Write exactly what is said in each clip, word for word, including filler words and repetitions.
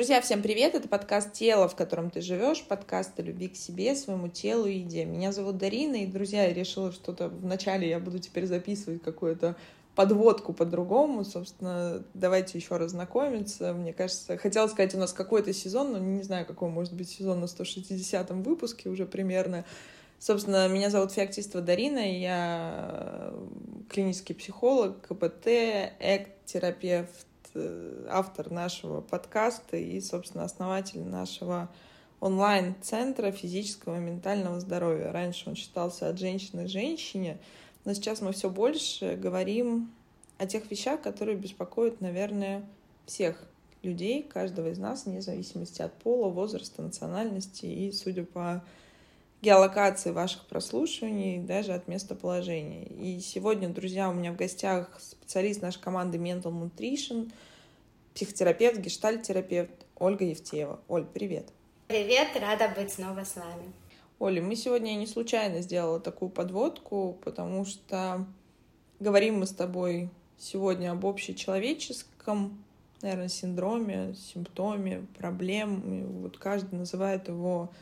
Друзья, всем привет! Это подкаст «Тело, в котором ты живешь», подкаст о любви к себе, своему телу и еде. Меня зовут Дарина, и, друзья, я решила что-то вначале я буду теперь записывать какую-то подводку по-другому. Собственно, давайте еще раз знакомиться. Мне кажется, хотела сказать, у нас какой-то сезон, но не знаю, какой может быть сезон на сто шестидесятом выпуске уже примерно. Собственно, меня зовут Феоктистова Дарина, я клинический психолог, КПТ, эк-терапевт, автор нашего подкаста и, собственно, основатель нашего онлайн-центра физического и ментального здоровья. Раньше он считался «От женщины к женщине», но сейчас мы все больше говорим о тех вещах, которые беспокоят, наверное, всех людей, каждого из нас, вне зависимости от пола, возраста, национальности и, судя по геолокации ваших прослушиваний, даже от местоположения. И сегодня, друзья, у меня в гостях специалист нашей команды Mental Nutrition, психотерапевт, гештальт-терапевт Ольга Евтеева. Оль, привет. Привет, рада быть снова с вами. Оля, мы сегодня не случайно сделала такую подводку, потому что говорим мы с тобой сегодня об общечеловеческом, наверное, синдроме, симптоме, проблеме. Вот каждый называет его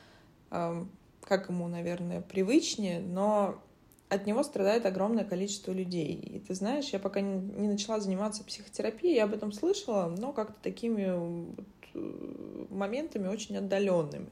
как ему, наверное, привычнее, но от него страдает огромное количество людей. И ты знаешь, я пока не, не начала заниматься психотерапией, я об этом слышала, но как-то такими вот моментами очень отдаленными.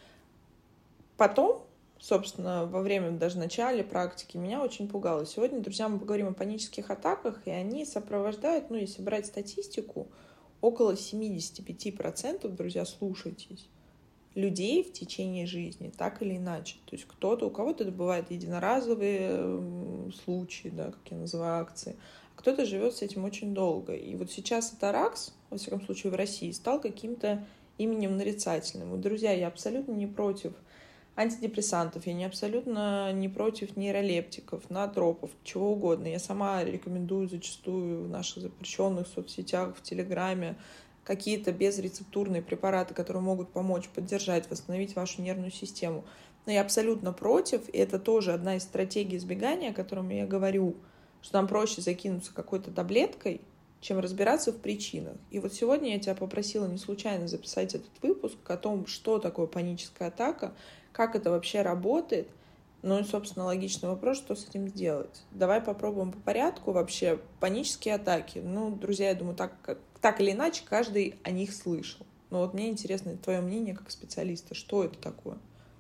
Потом, собственно, во время даже начала практики меня очень пугало. Сегодня, друзья, мы поговорим о панических атаках, и они сопровождают, ну, если брать статистику, около семьдесят пять процентов, друзья, слушайтесь, людей в течение жизни, так или иначе. То есть кто-то, у кого-то это бывают единоразовые случаи, да, как я называю, акции, а кто-то живет с этим очень долго. И вот сейчас атаракс, во всяком случае в России, стал каким-то именем нарицательным. И, друзья, я абсолютно не против антидепрессантов, я не абсолютно не против нейролептиков, ноотропов, чего угодно. Я сама рекомендую зачастую в наших запрещенных соцсетях, в Телеграме, какие-то безрецептурные препараты, которые могут помочь поддержать, восстановить вашу нервную систему. Но я абсолютно против, и это тоже одна из стратегий избегания, о которой я говорю, что нам проще закинуться какой-то таблеткой, чем разбираться в причинах. И вот сегодня я тебя попросила не случайно записать этот выпуск о том, что такое паническая атака, как это вообще работает. Ну и, собственно, логичный вопрос, что с этим сделать. Давай попробуем по порядку вообще. Панические атаки. Ну, друзья, я думаю, так, так или иначе, каждый о них слышал. Но вот мне интересно твое мнение как специалиста. Что это такое?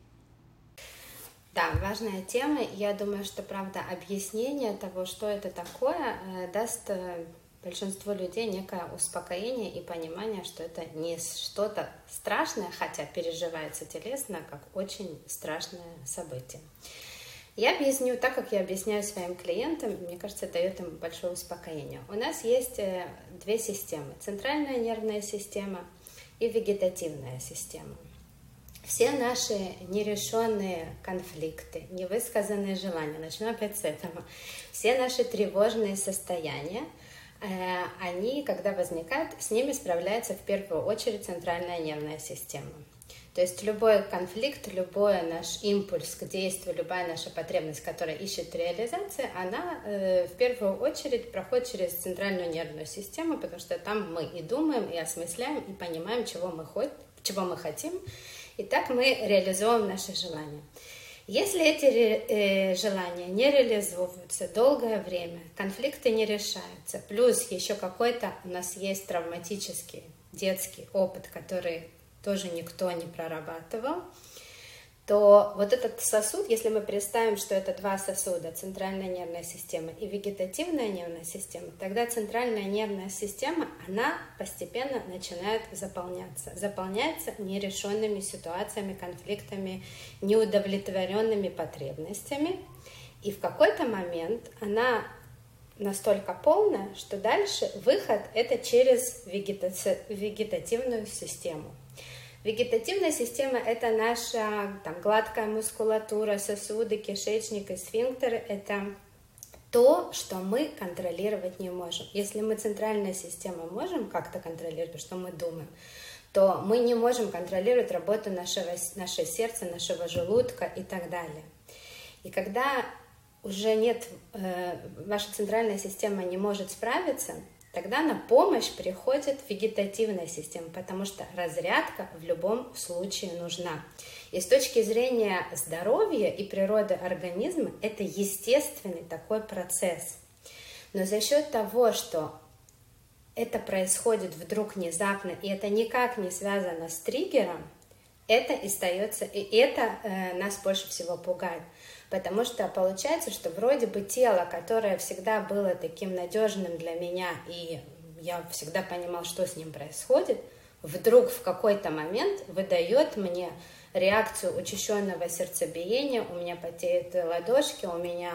Да, важная тема. Я думаю, что, правда, объяснение того, что это такое, даст большинству людей некое успокоение и понимание, что это не что-то страшное, хотя переживается телесно, как очень страшное событие. Я объясню так, как я объясняю своим клиентам, мне кажется, это дает им большое успокоение. У нас есть две системы: центральная нервная система и вегетативная система. Все наши нерешенные конфликты, невысказанные желания, начну опять с этого, все наши тревожные состояния, они, когда возникают, с ними справляется в первую очередь центральная нервная система. То есть любой конфликт, любой наш импульс к действию, любая наша потребность, которая ищет реализации, она э, в первую очередь проходит через центральную нервную систему, потому что там мы и думаем, и осмысляем, и понимаем, чего мы, хот- чего мы хотим, и так мы реализуем наши желания. Если эти э, желания не реализовываются долгое время, конфликты не решаются, плюс еще какой-то у нас есть травматический детский опыт, который тоже никто не прорабатывал, то вот этот сосуд, если мы представим, что это два сосуда, центральная нервная система и вегетативная нервная система, тогда центральная нервная система, она постепенно начинает заполняться. Заполняется нерешенными ситуациями, конфликтами, неудовлетворенными потребностями. И в какой-то момент она настолько полная, что дальше выход – это через вегетаци... вегетативную систему. Вегетативная система – это наша там, гладкая мускулатура, сосуды, кишечник и сфинктеры. Это то, что мы контролировать не можем. Если мы центральная система можем как-то контролировать, что мы думаем, то мы не можем контролировать работу нашего, нашего сердца, нашего желудка и так далее. И когда уже нет, э, ваша центральная система не может справиться, тогда на помощь приходит вегетативная система, потому что разрядка в любом случае нужна. И с точки зрения здоровья и природы организма это естественный такой процесс. Но за счет того, что это происходит вдруг внезапно, и это никак не связано с триггером, это и остается, и это э, нас больше всего пугает. Потому что получается, что вроде бы тело, которое всегда было таким надежным для меня, и я всегда понимал, что с ним происходит, вдруг в какой-то момент выдает мне реакцию учащенного сердцебиения, у меня потеют ладошки, у меня,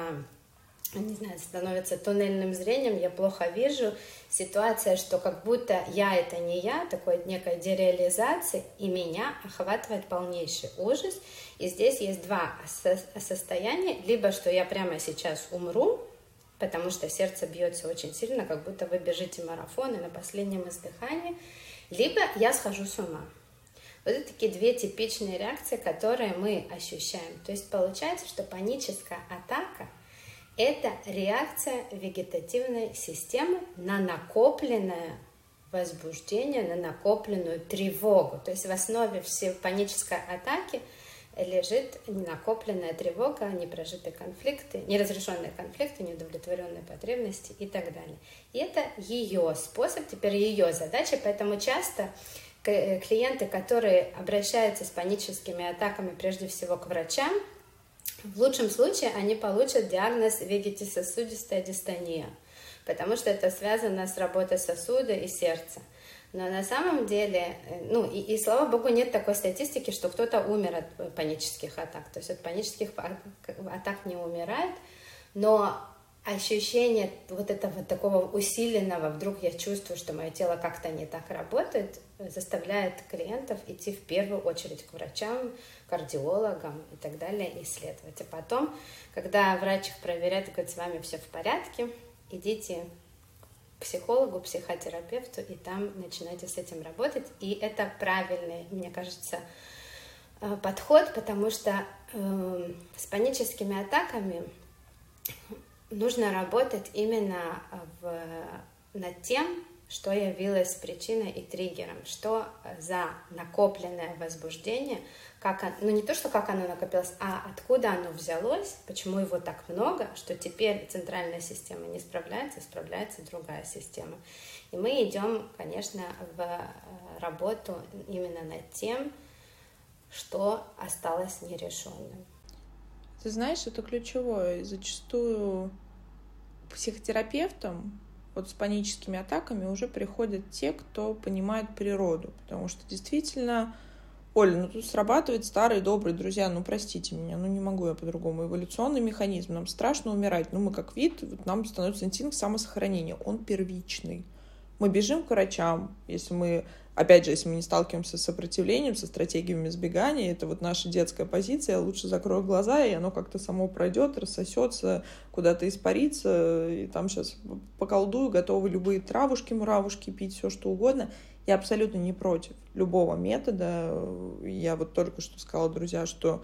не знаю, становится туннельным зрением, я плохо вижу. Ситуация, что как будто я это не я, такой некой дереализации, и меня охватывает полнейший ужас. И здесь есть два состояния, либо что я прямо сейчас умру, потому что сердце бьется очень сильно, как будто вы бежите марафон и на последнем издыхании, либо я схожу с ума. Вот это такие две типичные реакции, которые мы ощущаем. То есть получается, что паническая атака – это реакция вегетативной системы на накопленное возбуждение, на накопленную тревогу. То есть в основе всей панической атаки лежит накопленная тревога, непрожитые конфликты, неразрешенные конфликты, неудовлетворенные потребности и так далее. И это ее способ, теперь ее задача, поэтому часто клиенты, которые обращаются с паническими атаками прежде всего к врачам, в лучшем случае они получат диагноз вегетососудистая дистония, потому что это связано с работой сосуда и сердца. Но на самом деле, ну и, и слава богу, нет такой статистики, что кто-то умер от панических атак. То есть от панических атак не умирает, но ощущение вот этого такого усиленного, вдруг я чувствую, что мое тело как-то не так работает, заставляет клиентов идти в первую очередь к врачам, кардиологам и так далее, исследовать. И потом, когда врач их проверяет, говорит, с вами все в порядке, идите к психологу, психотерапевту, и там начинайте с этим работать. И это правильный, мне кажется, подход, потому что э, с паническими атаками нужно работать именно в, над тем, что явилось причиной и триггером, что за накопленное возбуждение, как оно, ну не то, что как оно накопилось, а откуда оно взялось, почему его так много, что теперь центральная система не справляется, справляется другая система. И мы идем, конечно, в работу именно над тем, что осталось нерешенным. Ты знаешь, это ключевое. Зачастую психотерапевтам вот с паническими атаками уже приходят те, кто понимает природу. Потому что действительно, Оля, ну тут срабатывает старые добрые друзья, ну простите меня, ну не могу я по-другому. Эволюционный механизм, нам страшно умирать. Ну мы как вид, вот нам становится инстинкт самосохранения, он первичный. Мы бежим к врачам, если мы, опять же, если мы не сталкиваемся с сопротивлением, со стратегиями избегания, это вот наша детская позиция, лучше закрою глаза, и оно как-то само пройдет, рассосется, куда-то испарится, и там сейчас поколдую, готовы любые травушки, муравушки пить, все что угодно. Я абсолютно не против любого метода. Я вот только что сказала, друзья, что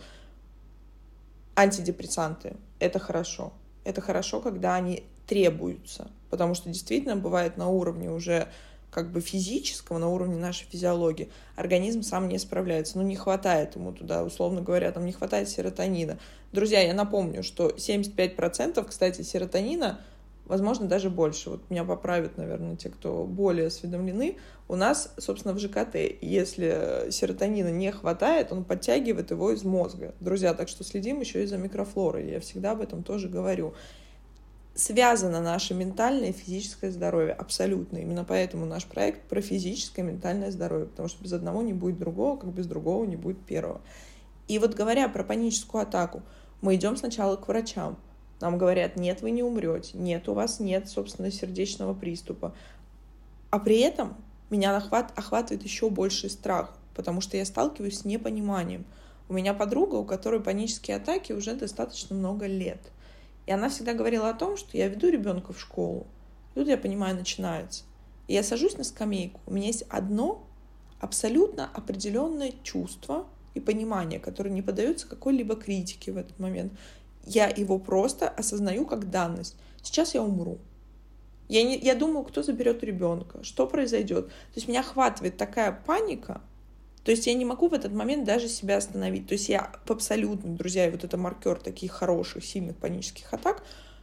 антидепрессанты — это хорошо. Это хорошо, когда они требуются, потому что действительно бывает на уровне уже как бы физического, на уровне нашей физиологии, организм сам не справляется, ну не хватает ему туда, условно говоря, там не хватает серотонина. Друзья, я напомню, что семьдесят пять процентов, кстати, серотонина, возможно, даже больше, вот меня поправят, наверное, те, кто более осведомлены, у нас, собственно, в ЖКТ, если серотонина не хватает, он подтягивает его из мозга. Друзья, так что следим еще и за микрофлорой, я всегда об этом тоже говорю. Связано наше ментальное и физическое здоровье, абсолютно. Именно поэтому наш проект про физическое и ментальное здоровье, потому что без одного не будет другого, как без другого не будет первого. И вот говоря про паническую атаку, мы идем сначала к врачам. Нам говорят, нет, вы не умрете, нет, у вас нет, собственно, сердечного приступа. А при этом меня охват, охватывает еще больший страх, потому что я сталкиваюсь с непониманием. У меня подруга, у которой панические атаки уже достаточно много лет. И она всегда говорила о том, что я веду ребенка в школу. И тут, я понимаю, начинается. И я сажусь на скамейку. У меня есть одно абсолютно определенное чувство и понимание, которое не поддается какой-либо критике в этот момент. Я его просто осознаю как данность. Сейчас я умру. Я, не, я думаю, кто заберет ребенка, что произойдет. То есть меня охватывает такая паника, то есть я не могу в этот момент даже себя остановить. То есть я абсолютно, друзья, и вот это маркер таких хороших, сильных панических атак,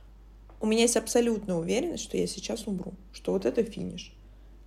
у меня есть абсолютная уверенность, что я сейчас умру, что вот это финиш.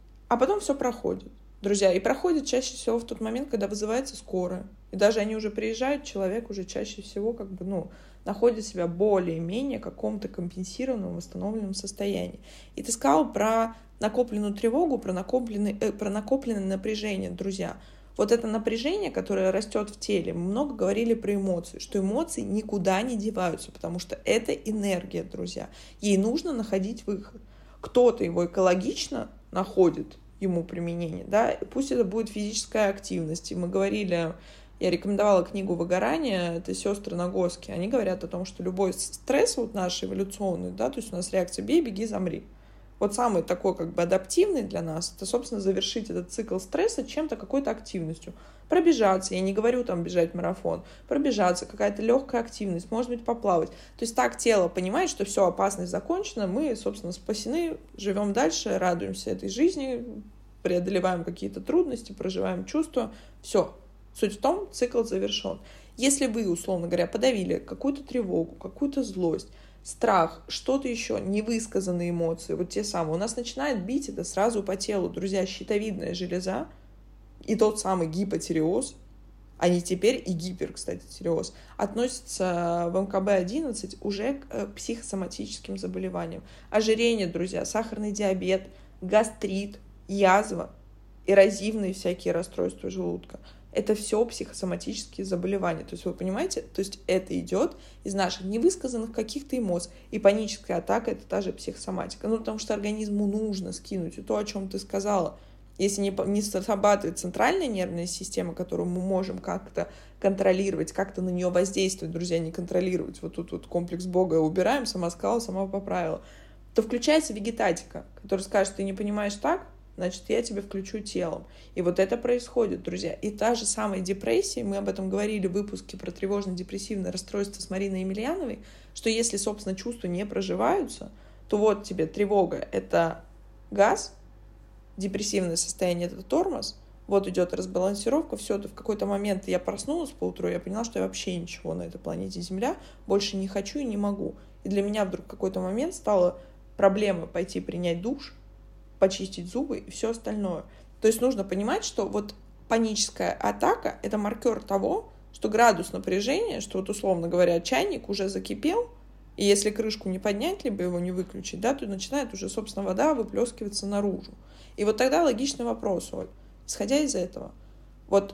А потом все проходит, друзья, и проходит чаще всего в тот момент, когда вызывается скорая. И даже они уже приезжают, человек уже чаще всего как бы, ну, находит себя более-менее в каком-то компенсированном, восстановленном состоянии. И ты сказал про накопленную тревогу, про накопленное, э, про накопленное напряжение, друзья. Вот это напряжение, которое растет в теле, мы много говорили про эмоции, что эмоции никуда не деваются, потому что это энергия, друзья. Ей нужно находить выход. Кто-то его экологично находит, ему применение, да, пусть это будет физическая активность. И мы говорили, я рекомендовала книгу «Выгорание», это сестры Нагоски, они говорят о том, что любой стресс вот наш эволюционный, да, то есть у нас реакция «бей, беги, замри». Вот самый такой как бы адаптивный для нас, это, собственно, завершить этот цикл стресса чем-то, какой-то активностью. Пробежаться, я не говорю там бежать марафон, пробежаться, какая-то легкая активность, может быть, поплавать. То есть так тело понимает, что все, опасность закончена, мы, собственно, спасены, живем дальше, радуемся этой жизни, преодолеваем какие-то трудности, проживаем чувства, все. Суть в том, цикл завершен. Если вы, условно говоря, подавили какую-то тревогу, какую-то злость, страх, что-то еще, невысказанные эмоции, вот те самые, у нас начинает бить это сразу по телу, друзья, щитовидная железа и тот самый гипотиреоз, а не теперь и гипер, кстати, тиреоз, относятся в эм ка бэ одиннадцать уже к психосоматическим заболеваниям. Ожирение, друзья, сахарный диабет, гастрит, язва, эрозивные всякие расстройства желудка. Это все психосоматические заболевания. То есть вы понимаете, то есть это идет из наших невысказанных каких-то эмоций. И паническая атака — это та же психосоматика. Ну, потому что организму нужно скинуть. И то, о чем ты сказала, если не, не срабатывает центральная нервная система, которую мы можем как-то контролировать, как-то на нее воздействовать, друзья, не контролировать. Вот тут вот комплекс Бога убираем, сама сказала, сама поправила. То включается вегетатика, которая скажет, ты не понимаешь так, значит, я тебе включу телом. И вот это происходит, друзья. И та же самая депрессия, мы об этом говорили в выпуске про тревожно-депрессивное расстройство с Мариной Емельяновой, что если, собственно, чувства не проживаются, то вот тебе тревога — это газ, депрессивное состояние — это тормоз, вот идет разбалансировка, все, то в какой-то момент я проснулась поутру, я поняла, что я вообще ничего на этой планете Земля больше не хочу и не могу. И для меня вдруг в какой-то момент стала проблема пойти принять душ, почистить зубы и все остальное. То есть нужно понимать, что вот паническая атака — это маркер того, что градус напряжения, что вот, условно говоря, чайник уже закипел, и если крышку не поднять, либо его не выключить, да, то начинает уже, собственно, вода выплескиваться наружу. И вот тогда логичный вопрос, Оль, исходя из этого, вот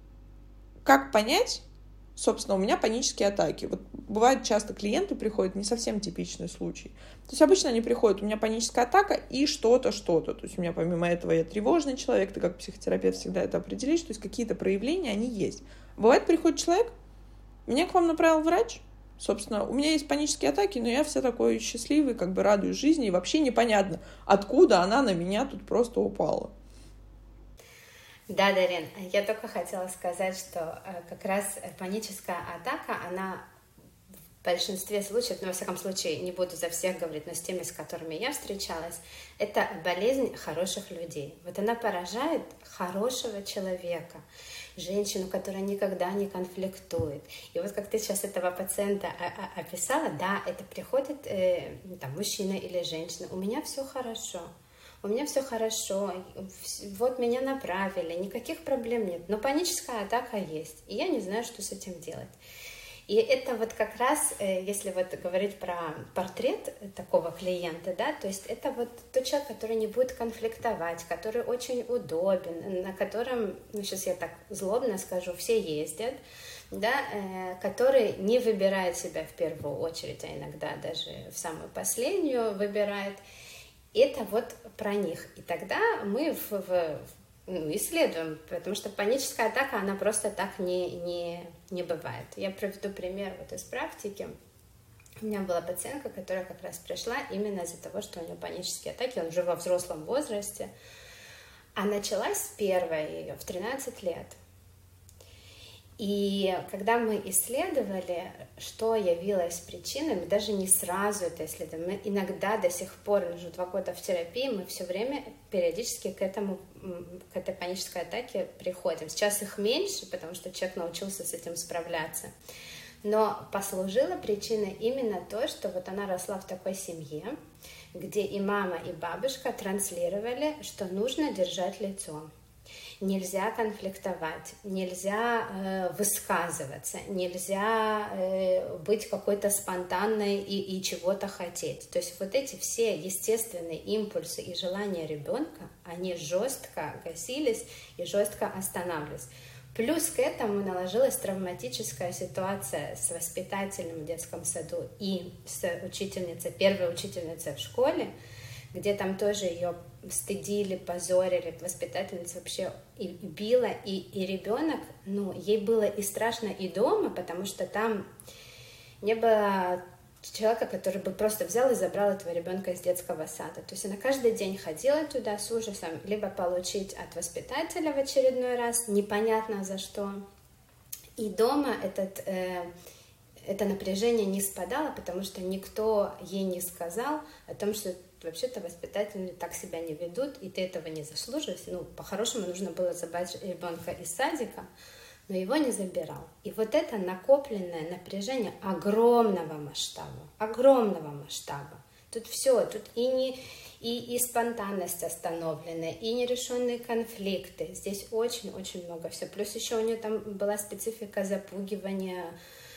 как понять, собственно, у меня панические атаки. Вот бывает, часто клиенты приходят, не совсем типичный случай. То есть обычно они приходят, у меня паническая атака и что-то, что-то. То есть у меня помимо этого я тревожный человек, ты как психотерапевт всегда это определишь, то есть какие-то проявления, они есть. Бывает, приходит человек, меня к вам направил врач, собственно, у меня есть панические атаки, но я вся такой счастливый, как бы радуюсь жизни, и вообще непонятно, откуда она на меня тут просто упала. Да, Дарин, я только хотела сказать, что как раз паническая атака, она в большинстве случаев, ну, во всяком случае, не буду за всех говорить, но с теми, с которыми я встречалась, это болезнь хороших людей. Вот она поражает хорошего человека, женщину, которая никогда не конфликтует. И вот как ты сейчас этого пациента описала, да, это приходит э, там, мужчина или женщина, у меня все хорошо. У меня все хорошо, вот меня направили, никаких проблем нет, но паническая атака есть, и я не знаю, что с этим делать. И это вот как раз, если вот говорить про портрет такого клиента, да, то есть это вот тот человек, который не будет конфликтовать, который очень удобен, на котором, ну сейчас я так злобно скажу, все ездят, да, э, который не выбирает себя в первую очередь, а иногда даже в самую последнюю выбирает. Это вот про них. И тогда мы в, в, ну, исследуем, потому что паническая атака, она просто так не, не, не бывает. Я приведу пример вот из практики. У меня была пациентка, которая как раз пришла именно из-за того, что у нее панические атаки, он уже во взрослом возрасте. А началась первая ее в тринадцать лет. И когда мы исследовали, что явилось причиной, мы даже не сразу это исследуем. Мы иногда до сих пор, уже два года в терапии, мы все время периодически к этому, к этой панической атаке приходим. Сейчас их меньше, потому что человек научился с этим справляться. Но послужило причиной именно то, что вот она росла в такой семье, где и мама, и бабушка транслировали, что нужно держать лицо. Нельзя конфликтовать, нельзя э, высказываться, нельзя э, быть какой-то спонтанной и, и чего-то хотеть. То есть вот эти все естественные импульсы и желания ребенка, они жестко гасились и жестко останавливались. Плюс к этому наложилась травматическая ситуация с воспитателем в детском саду и с учительницей, первой учительницей в школе, где там тоже ее стыдили, позорили, воспитательница вообще и била, и, и ребенок, ну, ей было и страшно, и дома, потому что там не было человека, который бы просто взял и забрал этого ребенка из детского сада. То есть она каждый день ходила туда с ужасом, либо получить от воспитателя в очередной раз, непонятно за что. И дома этот, э, это напряжение не спадало, потому что никто ей не сказал о том, что вообще-то воспитатели так себя не ведут, и ты этого не заслуживаешь. Ну, по-хорошему нужно было забрать ребенка из садика, но его не забирал. И вот это накопленное напряжение огромного масштаба, огромного масштаба. Тут все, тут и, не, и, и спонтанность остановлена, и нерешенные конфликты. Здесь очень-очень много всего. Плюс еще у нее там была специфика запугивания,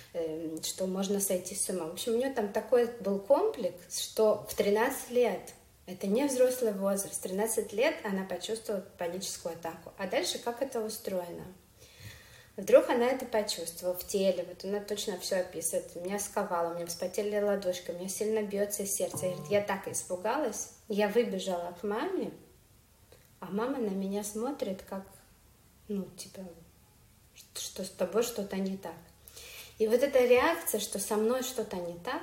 что можно сойти с ума. В общем, у нее там такой был комплекс, что в тринадцать лет, это не взрослый возраст, в тринадцать лет она почувствовала паническую атаку. А дальше как это устроено? Вдруг она это почувствовала в теле, вот она точно все описывает. Меня сковало, у меня вспотели ладошки, у меня сильно бьется сердце. Я так испугалась, я выбежала к маме, а мама на меня смотрит, как, ну, типа, что с тобой что-то не так. И вот эта реакция, что со мной что-то не так,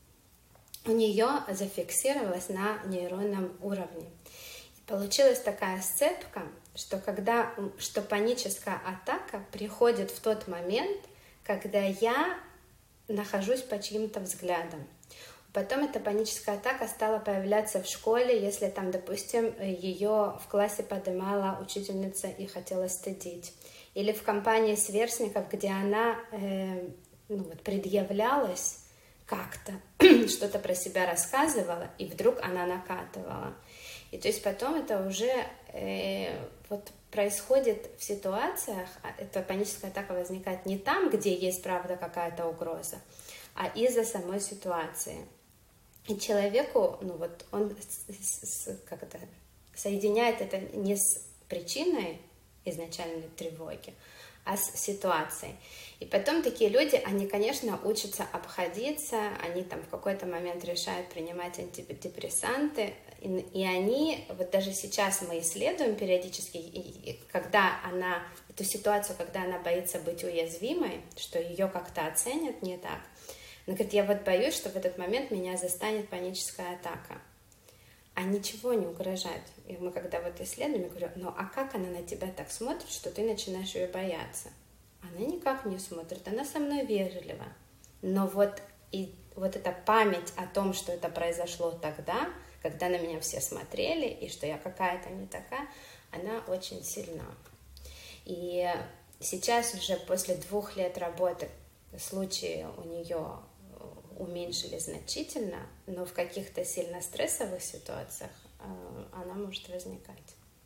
у нее зафиксировалась на нейронном уровне. И получилась такая сцепка, что когда, что паническая атака приходит в тот момент, когда я нахожусь под чьим-то взглядом. Потом эта паническая атака стала появляться в школе, если там, допустим, ее в классе поднимала учительница и хотела стыдить. Или в компании сверстников, где она э, ну, вот, предъявлялась как-то, что-то про себя рассказывала, и вдруг она накатывала. И то есть потом это уже э, вот происходит в ситуациях, эта паническая атака возникает не там, где есть, правда, какая-то угроза, а из-за самой ситуации. И человеку, ну вот он с, с, как это, соединяет это не с причиной изначальной тревоги, а с ситуацией. И потом такие люди, они, конечно, учатся обходиться, они там в какой-то момент решают принимать антидепрессанты, и, и они, вот даже сейчас мы исследуем периодически, и, и, когда она, эту ситуацию, когда она боится быть уязвимой, что ее как-то оценят не так, она говорит, я вот боюсь, что в этот момент меня застанет паническая атака. А ничего не угрожает. И мы когда вот исследуем, я говорю, ну а как она на тебя так смотрит, что ты начинаешь ее бояться? Она никак не смотрит, она со мной вежлива. Но вот, и, вот эта память о том, что это произошло тогда, когда на меня все смотрели, и что я какая-то не такая, она очень сильна. И сейчас уже после двух лет работы случаи у нее уменьшились значительно, но в каких-то сильно стрессовых ситуациях э, она может возникать.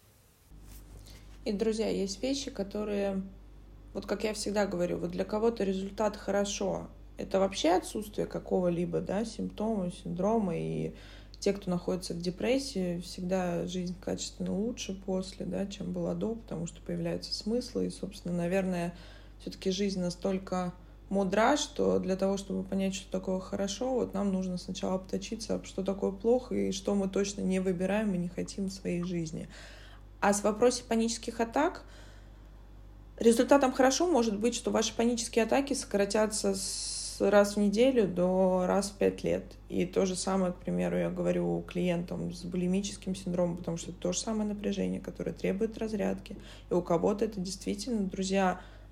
И, друзья, есть вещи, которые, вот как я всегда говорю, вот для кого-то результат хорошо. Это вообще отсутствие какого-либо, да, симптома, синдрома, и те, кто находится в депрессии, всегда жизнь качественно лучше после, да, чем была до, потому что появляются смыслы, и, собственно, наверное, все-таки жизнь настолько мудра, что для того, чтобы понять, что такое хорошо, вот нам нужно сначала обточиться, что такое плохо и что мы точно не выбираем и не хотим в своей жизни. А с вопросом панических атак результатом хорошо может быть, что ваши панические атаки сократятся с раз в неделю до раз в пять лет. И то же самое, к примеру, я говорю клиентам с булимическим синдромом, потому что это то же самое напряжение, которое требует разрядки. И у кого-то это действительно, друзья,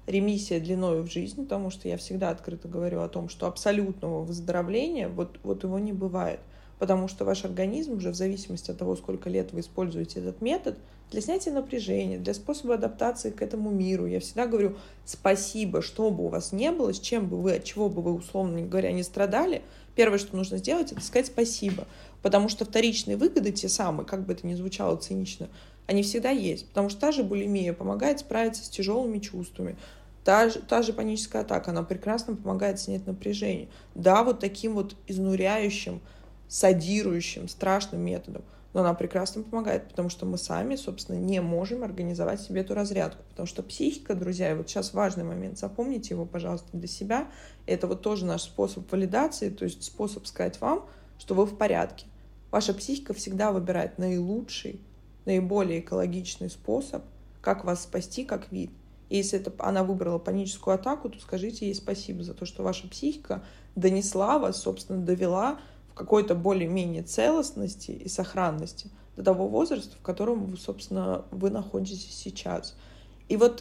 ремиссия длиною в жизнь, потому что я всегда открыто говорю о том, что абсолютного выздоровления вот, вот его не бывает, потому что ваш организм уже в зависимости от того, сколько лет вы используете этот метод, для снятия напряжения, для способа адаптации к этому миру. Я всегда говорю спасибо, что бы у вас ни было, с чем бы вы, от чего бы вы, условно говоря, не страдали, первое, что нужно сделать, это сказать спасибо, потому что вторичные выгоды, те самые, как бы это ни звучало цинично, они всегда есть, потому что та же булимия помогает справиться с тяжелыми чувствами, та же, та же паническая атака, она прекрасно помогает снять напряжение. Да, вот таким вот изнуряющим, садирующим, страшным методом, но она прекрасно помогает, потому что мы сами, собственно, не можем организовать себе эту разрядку, потому что психика, друзья, и вот сейчас важный момент, запомните его, пожалуйста, для себя, это вот тоже наш способ валидации, то есть способ сказать вам, что вы в порядке. Ваша психика всегда выбирает наилучший, наиболее экологичный способ, как вас спасти как вид. И если это, она выбрала паническую атаку, то скажите ей спасибо за то, что ваша психика донесла вас, собственно, довела какой-то более-менее целостности и сохранности до того возраста, в котором, вы, собственно, вы находитесь сейчас. И вот,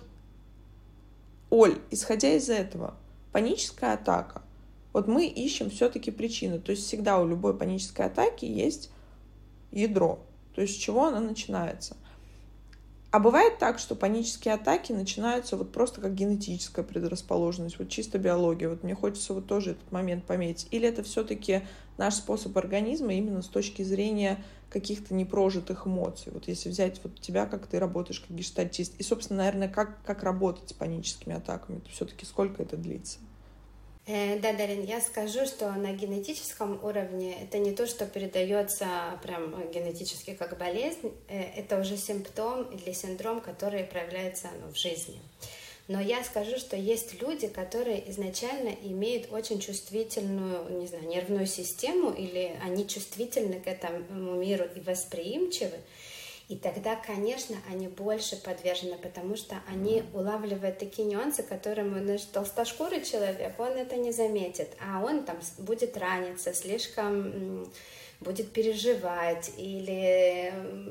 Оль, исходя из этого, паническая атака, вот мы ищем все-таки причину. То есть всегда у любой панической атаки есть ядро, то есть с чего она начинается. А бывает так, что панические атаки начинаются вот просто как генетическая предрасположенность, вот чисто биология. Вот мне хочется вот тоже этот момент пометить. Или это все-таки наш способ организма именно с точки зрения каких-то непрожитых эмоций. Вот если взять вот тебя, как ты работаешь как гештальтист, и, собственно, наверное, как, как работать с паническими атаками, то все-таки сколько это длится? Да, Дарин, я скажу, что на генетическом уровне это не то, что передается прям генетически как болезнь, это уже симптом или синдром, который проявляется ну, в жизни. Но я скажу, что есть люди, которые изначально имеют очень чувствительную, не знаю, нервную систему, или они чувствительны к этому миру и восприимчивы. И тогда, конечно, они больше подвержены, потому что они улавливают такие нюансы, которые, значит, толстошкурый человек, он это не заметит, а он там будет раниться, слишком будет переживать или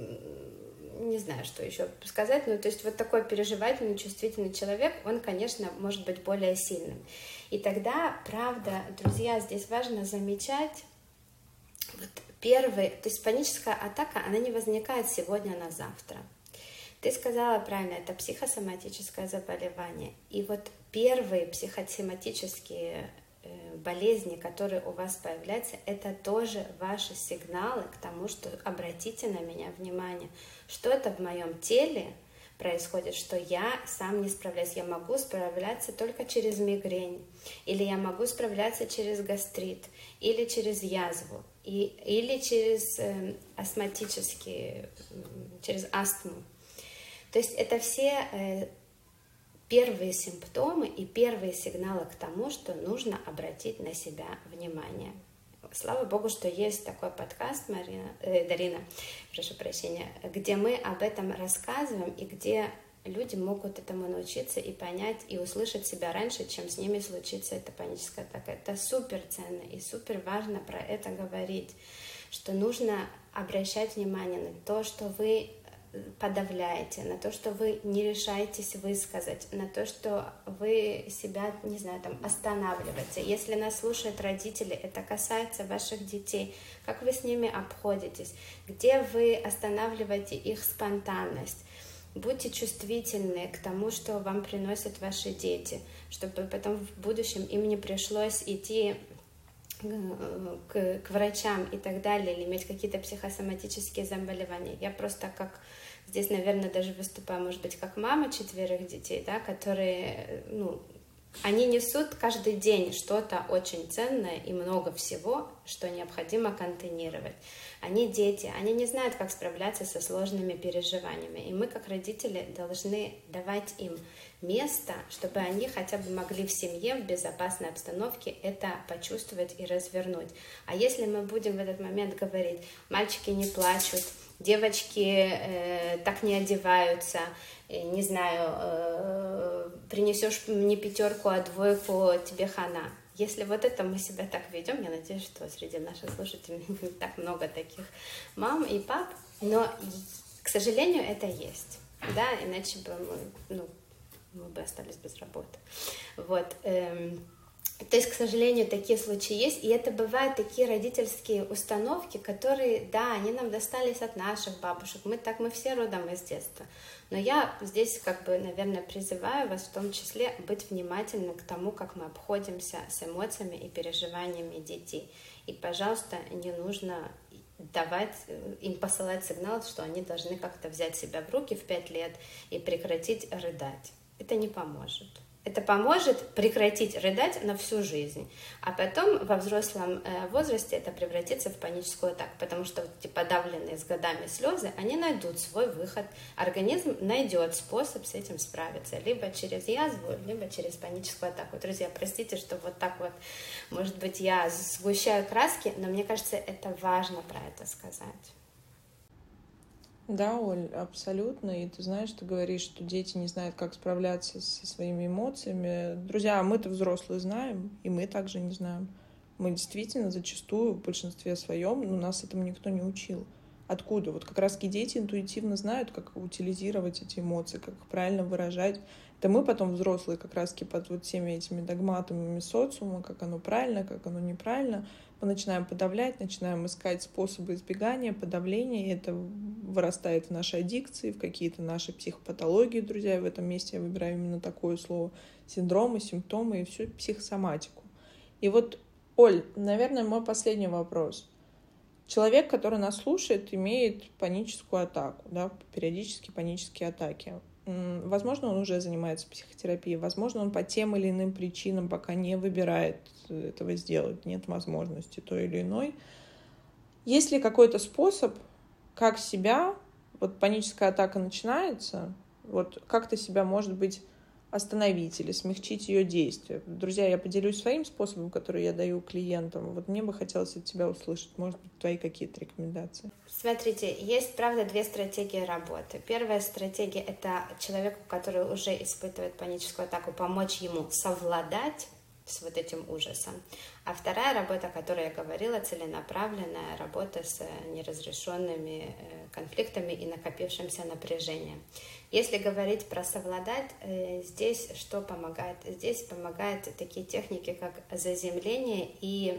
не знаю, что еще сказать, ну, то есть вот такой переживательный, чувствительный человек, он, конечно, может быть более сильным. И тогда, правда, друзья, здесь важно замечать, вот первый, то есть паническая атака, она не возникает сегодня на завтра. Ты сказала правильно, это психосоматическое заболевание. И вот первые психосоматические болезни, которые у вас появляются, это тоже ваши сигналы к тому, что обратите на меня внимание, что-то в моем теле происходит, что я сам не справляюсь. Я могу справляться только через мигрень, или я могу справляться через гастрит, или через язву, и, или через э, астматические, через астму. То есть это все э, первые симптомы и первые сигналы к тому, что нужно обратить на себя внимание. Слава Богу, что есть такой подкаст, Марина, э, Дарина, прошу прощения, где мы об этом рассказываем и где люди могут этому научиться и понять, и услышать себя раньше, чем с ними случится эта паническая атака. Это супер ценно и супер важно про это говорить, что нужно обращать внимание на то, что вы подавляете, на то, что вы не решаетесь высказать, на то, что вы себя, не знаю, там, останавливаете. Если нас слушают родители, это касается ваших детей. Как вы с ними обходитесь? Где вы останавливаете их спонтанность? Будьте чувствительны к тому, что вам приносят ваши дети, чтобы потом в будущем им не пришлось идти к, к врачам и так далее, или иметь какие-то психосоматические заболевания. Я просто как здесь, наверное, даже выступаю, может быть, как мама четверых детей, да, которые, ну, они несут каждый день что-то очень ценное и много всего, что необходимо контейнировать. Они дети, они не знают, как справляться со сложными переживаниями. И мы, как родители, должны давать им место, чтобы они хотя бы могли в семье, в безопасной обстановке это почувствовать и развернуть. А если мы будем в этот момент говорить, мальчики не плачут, девочки э, так не одеваются, э, не знаю, э, принесешь не пятерку, а двойку, тебе хана. Если вот это мы себя так ведем, я надеюсь, что среди наших слушателей не так много таких мам и пап, но, к сожалению, это есть, да, иначе бы мы, ну, мы бы остались без работы. Вот. То есть, к сожалению, такие случаи есть, и это бывают такие родительские установки, которые, да, они нам достались от наших бабушек, мы так, мы все родом из детства. Но я здесь, как бы, наверное, призываю вас в том числе быть внимательны к тому, как мы обходимся с эмоциями и переживаниями детей. И, пожалуйста, не нужно давать им посылать сигнал, что они должны как-то взять себя в руки в пять лет и прекратить рыдать. Это не поможет. Это поможет прекратить рыдать на всю жизнь, а потом во взрослом возрасте это превратится в паническую атаку, потому что вот эти подавленные с годами слезы, они найдут свой выход, организм найдет способ с этим справиться, либо через язву, либо через паническую атаку. Друзья, простите, что вот так вот, может быть, я сгущаю краски, но мне кажется, это важно про это сказать. Да, Оль, абсолютно. И ты знаешь, ты говоришь, что дети не знают, как справляться со своими эмоциями. Друзья, мы-то взрослые знаем, и мы также не знаем. Мы действительно зачастую в большинстве своем, но нас этому никто не учил. Откуда? Вот как раз-таки дети интуитивно знают, как утилизировать эти эмоции, как их правильно выражать. Это мы потом, взрослые, как раз-таки под вот всеми этими догматами социума, как оно правильно, как оно неправильно, мы начинаем подавлять, начинаем искать способы избегания, подавления, и это вырастает в нашей аддикции, в какие-то наши психопатологии, друзья, и в этом месте я выбираю именно такое слово, синдромы, симптомы и всю психосоматику. И вот, Оль, наверное, мой последний вопрос. Человек, который нас слушает, имеет паническую атаку, да, периодически панические атаки. Возможно, он уже занимается психотерапией, возможно, он по тем или иным причинам пока не выбирает этого сделать, нет возможности той или иной. Есть ли какой-то способ, как себя, вот паническая атака начинается, вот как ты себя, может быть, остановить или смягчить ее действие? Друзья, я поделюсь своим способом, который я даю клиентам. Вот мне бы хотелось от тебя услышать, может быть, твои какие-то рекомендации. Смотрите, есть, правда, две стратегии работы. Первая стратегия — это человеку, который уже испытывает паническую атаку, помочь ему совладать с вот этим ужасом. А вторая работа, о которой я говорила, целенаправленная работа с неразрешенными конфликтами и накопившимся напряжением. Если говорить про совладать, здесь что помогает? Здесь помогают такие техники, как заземление и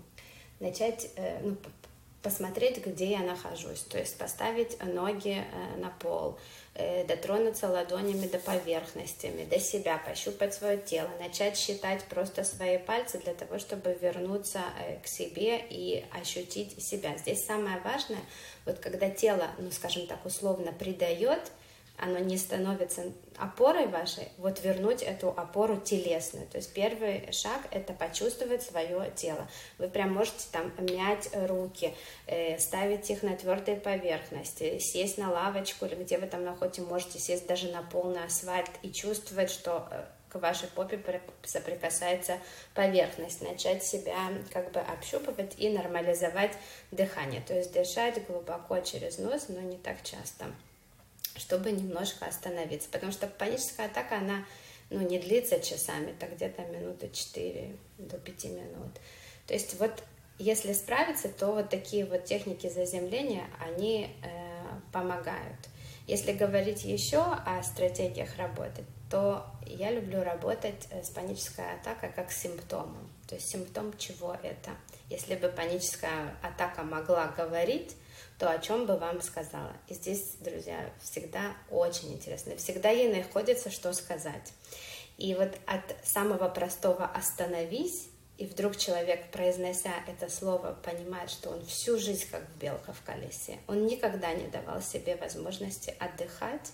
начать, ну, посмотреть, где я нахожусь, то есть поставить ноги на пол, дотронуться ладонями до поверхности, до себя, пощупать свое тело, начать считать просто свои пальцы для того, чтобы вернуться к себе и ощутить себя. Здесь самое важное, вот когда тело, ну скажем так, условно предает, оно не становится опорой вашей, вот вернуть эту опору телесную. То есть первый шаг — это почувствовать свое тело. Вы прям можете там мять руки, э, ставить их на твердые поверхности, сесть на лавочку или где вы там находитесь, можете сесть даже на полный асфальт и чувствовать, что к вашей попе соприкасается поверхность, начать себя как бы общупывать и нормализовать дыхание. То есть дышать глубоко через нос, но не так часто, чтобы немножко остановиться, потому что паническая атака, она, ну, не длится часами, это где-то минуты четыре до пяти минут. То есть вот если справиться, то вот такие вот техники заземления, они э, помогают. Если говорить еще о стратегиях работы, то я люблю работать с панической атакой как с симптомом. То есть симптом чего это? Если бы паническая атака могла говорить, то о чем бы вам сказала. И здесь, друзья, всегда очень интересно. Всегда ей находится, что сказать. И вот от самого простого «остановись», и вдруг человек, произнося это слово, понимает, что он всю жизнь как белка в колесе. Он никогда не давал себе возможности отдыхать.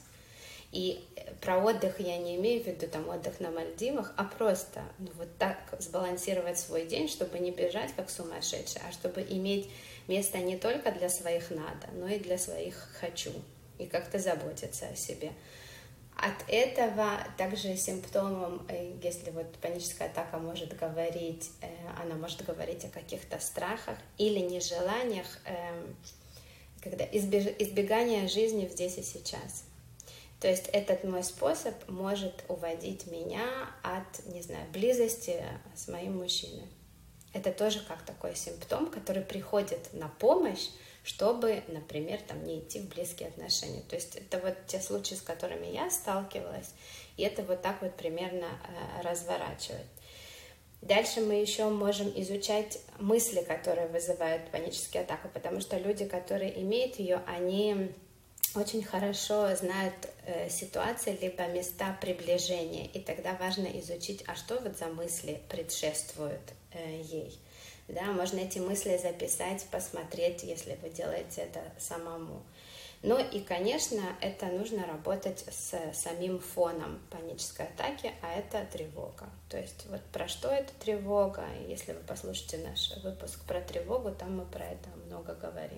И про отдых я не имею в виду там отдых на Мальдивах, а просто ну, вот так сбалансировать свой день, чтобы не бежать как сумасшедший, а чтобы иметь место не только для своих надо, но и для своих хочу, и как-то заботиться о себе. От этого также симптомом, если вот паническая атака может говорить, она может говорить о каких-то страхах или нежеланиях, когда избегание жизни здесь и сейчас. То есть этот мой способ может уводить меня от, не знаю, близости с моим мужчиной. Это тоже как такой симптом, который приходит на помощь, чтобы, например, там, не идти в близкие отношения. То есть это вот те случаи, с которыми я сталкивалась, и это вот так вот примерно э, разворачивать. Дальше мы еще можем изучать мысли, которые вызывают панические атаки, потому что люди, которые имеют ее, они очень хорошо знают э, ситуации, либо места приближения, и тогда важно изучить, а что вот за мысли предшествуют э, ей. Да, можно эти мысли записать, посмотреть, если вы делаете это самому. Ну и, конечно, это нужно работать с самим фоном панической атаки, а это тревога. То есть вот про что это тревога, если вы послушаете наш выпуск про тревогу, там мы про это много говорим.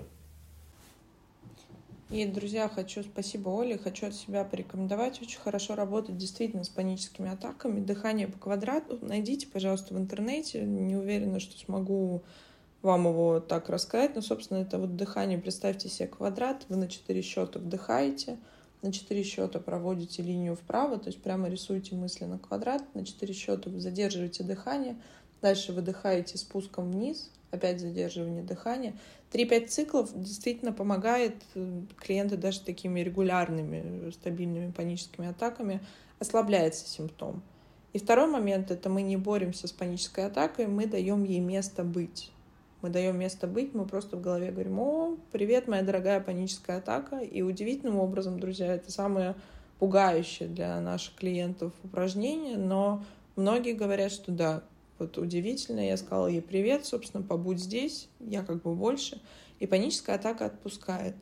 И, друзья, хочу, спасибо Оле, хочу от себя порекомендовать очень хорошо работать действительно с паническими атаками. Дыхание по квадрату найдите, пожалуйста, в интернете. Не уверена, что смогу вам его так рассказать, но, собственно, это вот дыхание. Представьте себе квадрат, вы на четыре счета вдыхаете, на четыре счета проводите линию вправо, то есть прямо рисуете мысленно квадрат, на четыре счета вы задерживаете дыхание, дальше выдыхаете спуском вниз, опять задерживание дыхания. три-пять циклов действительно помогает клиенты даже такими регулярными, стабильными паническими атаками, ослабляется симптом. И второй момент — это мы не боремся с панической атакой, мы даем ей место быть. Мы даем место быть, мы просто в голове говорим: о, привет, моя дорогая паническая атака. И удивительным образом, друзья, это самое пугающее для наших клиентов упражнение, но многие говорят, что да, вот удивительно, я сказала ей привет, собственно, побудь здесь, я как бы больше, и паническая атака отпускает.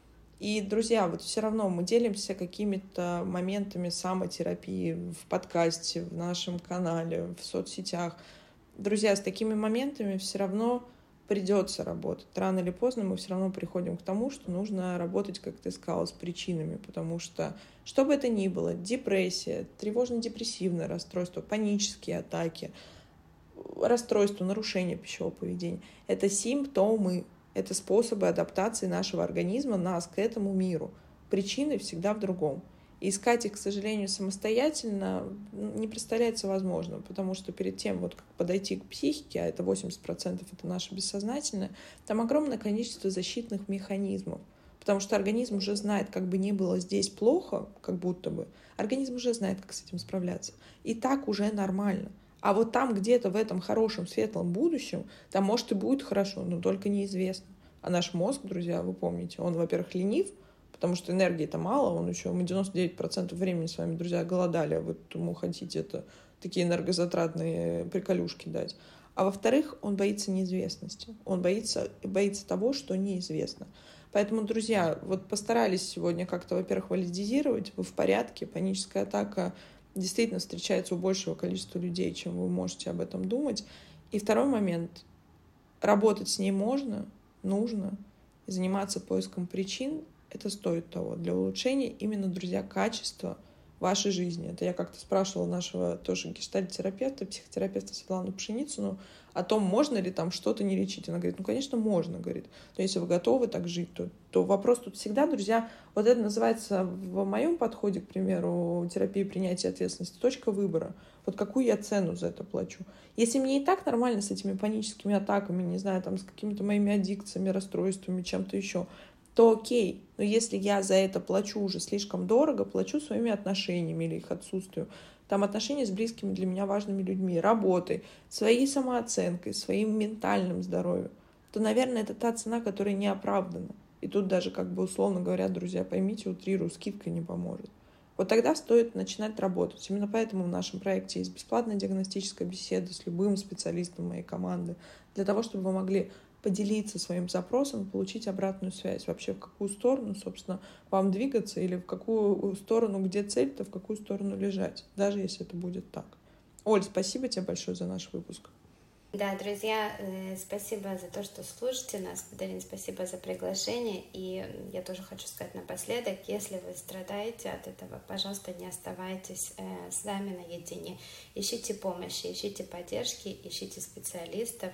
И, друзья, вот все равно мы делимся какими-то моментами самотерапии в подкасте, в нашем канале, в соцсетях. Друзья, с такими моментами все равно придется работать. Рано или поздно мы все равно приходим к тому, что нужно работать, как ты сказала, с причинами, потому что, что бы это ни было, депрессия, тревожно-депрессивное расстройство, панические атаки, расстройство, нарушение пищевого поведения — это симптомы, это способы адаптации нашего организма, нас к этому миру. Причины всегда в другом. И искать их, к сожалению, самостоятельно не представляется возможным, потому что перед тем, вот как подойти к психике, а это восемьдесят процентов это наше бессознательное, там огромное количество защитных механизмов, потому что организм уже знает, как бы ни было здесь плохо, как будто бы, организм уже знает, как с этим справляться. И так уже нормально. А вот там где-то в этом хорошем, светлом будущем, там, может, и будет хорошо, но только неизвестно. А наш мозг, друзья, вы помните, он, во-первых, ленив, потому что энергии-то мало, он еще, мы девяносто девять процентов времени с вами, друзья, голодали, а вы ему хотите это, такие энергозатратные приколюшки дать. А во-вторых, он боится неизвестности, он боится, боится того, что неизвестно. Поэтому, друзья, вот постарались сегодня как-то, во-первых, валидизировать, вы в порядке, паническая атака действительно встречается у большего количества людей, чем вы можете об этом думать. И второй момент, работать с ней можно, нужно, и заниматься поиском причин, это стоит того, для улучшения именно, друзья, качества вашей жизни. Это я как-то спрашивала нашего тоже гештальт-терапевта, психотерапевта Светлану Пшеницыну о том, можно ли там что-то не лечить. Она говорит, ну, конечно, можно, говорит. Но если вы готовы так жить, то, то вопрос тут всегда, друзья, вот это называется в моем подходе, к примеру, терапии принятия ответственности, точка выбора. Вот какую я цену за это плачу. Если мне и так нормально с этими паническими атаками, не знаю, там, с какими-то моими аддикциями, расстройствами, чем-то еще, то окей. Но если я за это плачу уже слишком дорого, плачу своими отношениями или их отсутствием, там отношения с близкими для меня важными людьми, работой, своей самооценкой, своим ментальным здоровьем, то, наверное, это та цена, которая не оправдана. И тут даже, как бы условно говоря, друзья, поймите, утрирую, скидка не поможет. Вот тогда стоит начинать работать. Именно поэтому в нашем проекте есть бесплатная диагностическая беседа с любым специалистом моей команды, для того, чтобы вы могли поделиться своим запросом, получить обратную связь. Вообще, в какую сторону, собственно, вам двигаться, или в какую сторону, где цель-то, в какую сторону лежать, даже если это будет так. Оль, спасибо тебе большое за наш выпуск. Да, друзья, спасибо за то, что слушаете нас. Дарин, спасибо за приглашение. И я тоже хочу сказать напоследок, если вы страдаете от этого, пожалуйста, не оставайтесь с вами наедине. Ищите помощи, ищите поддержки, ищите специалистов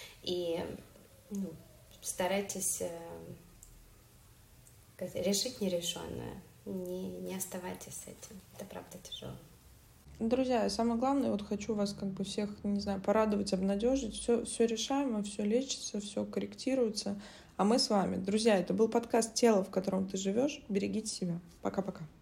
и ну, старайтесь э, решить нерешенное. Не, не оставайтесь с этим. Это правда тяжело. Друзья, самое главное, вот хочу вас как бы всех, не знаю, порадовать, обнадежить. Все, все решаемо, все лечится, все корректируется. А мы с вами, друзья, это был подкаст «Тело, в котором ты живешь». Берегите себя. Пока-пока.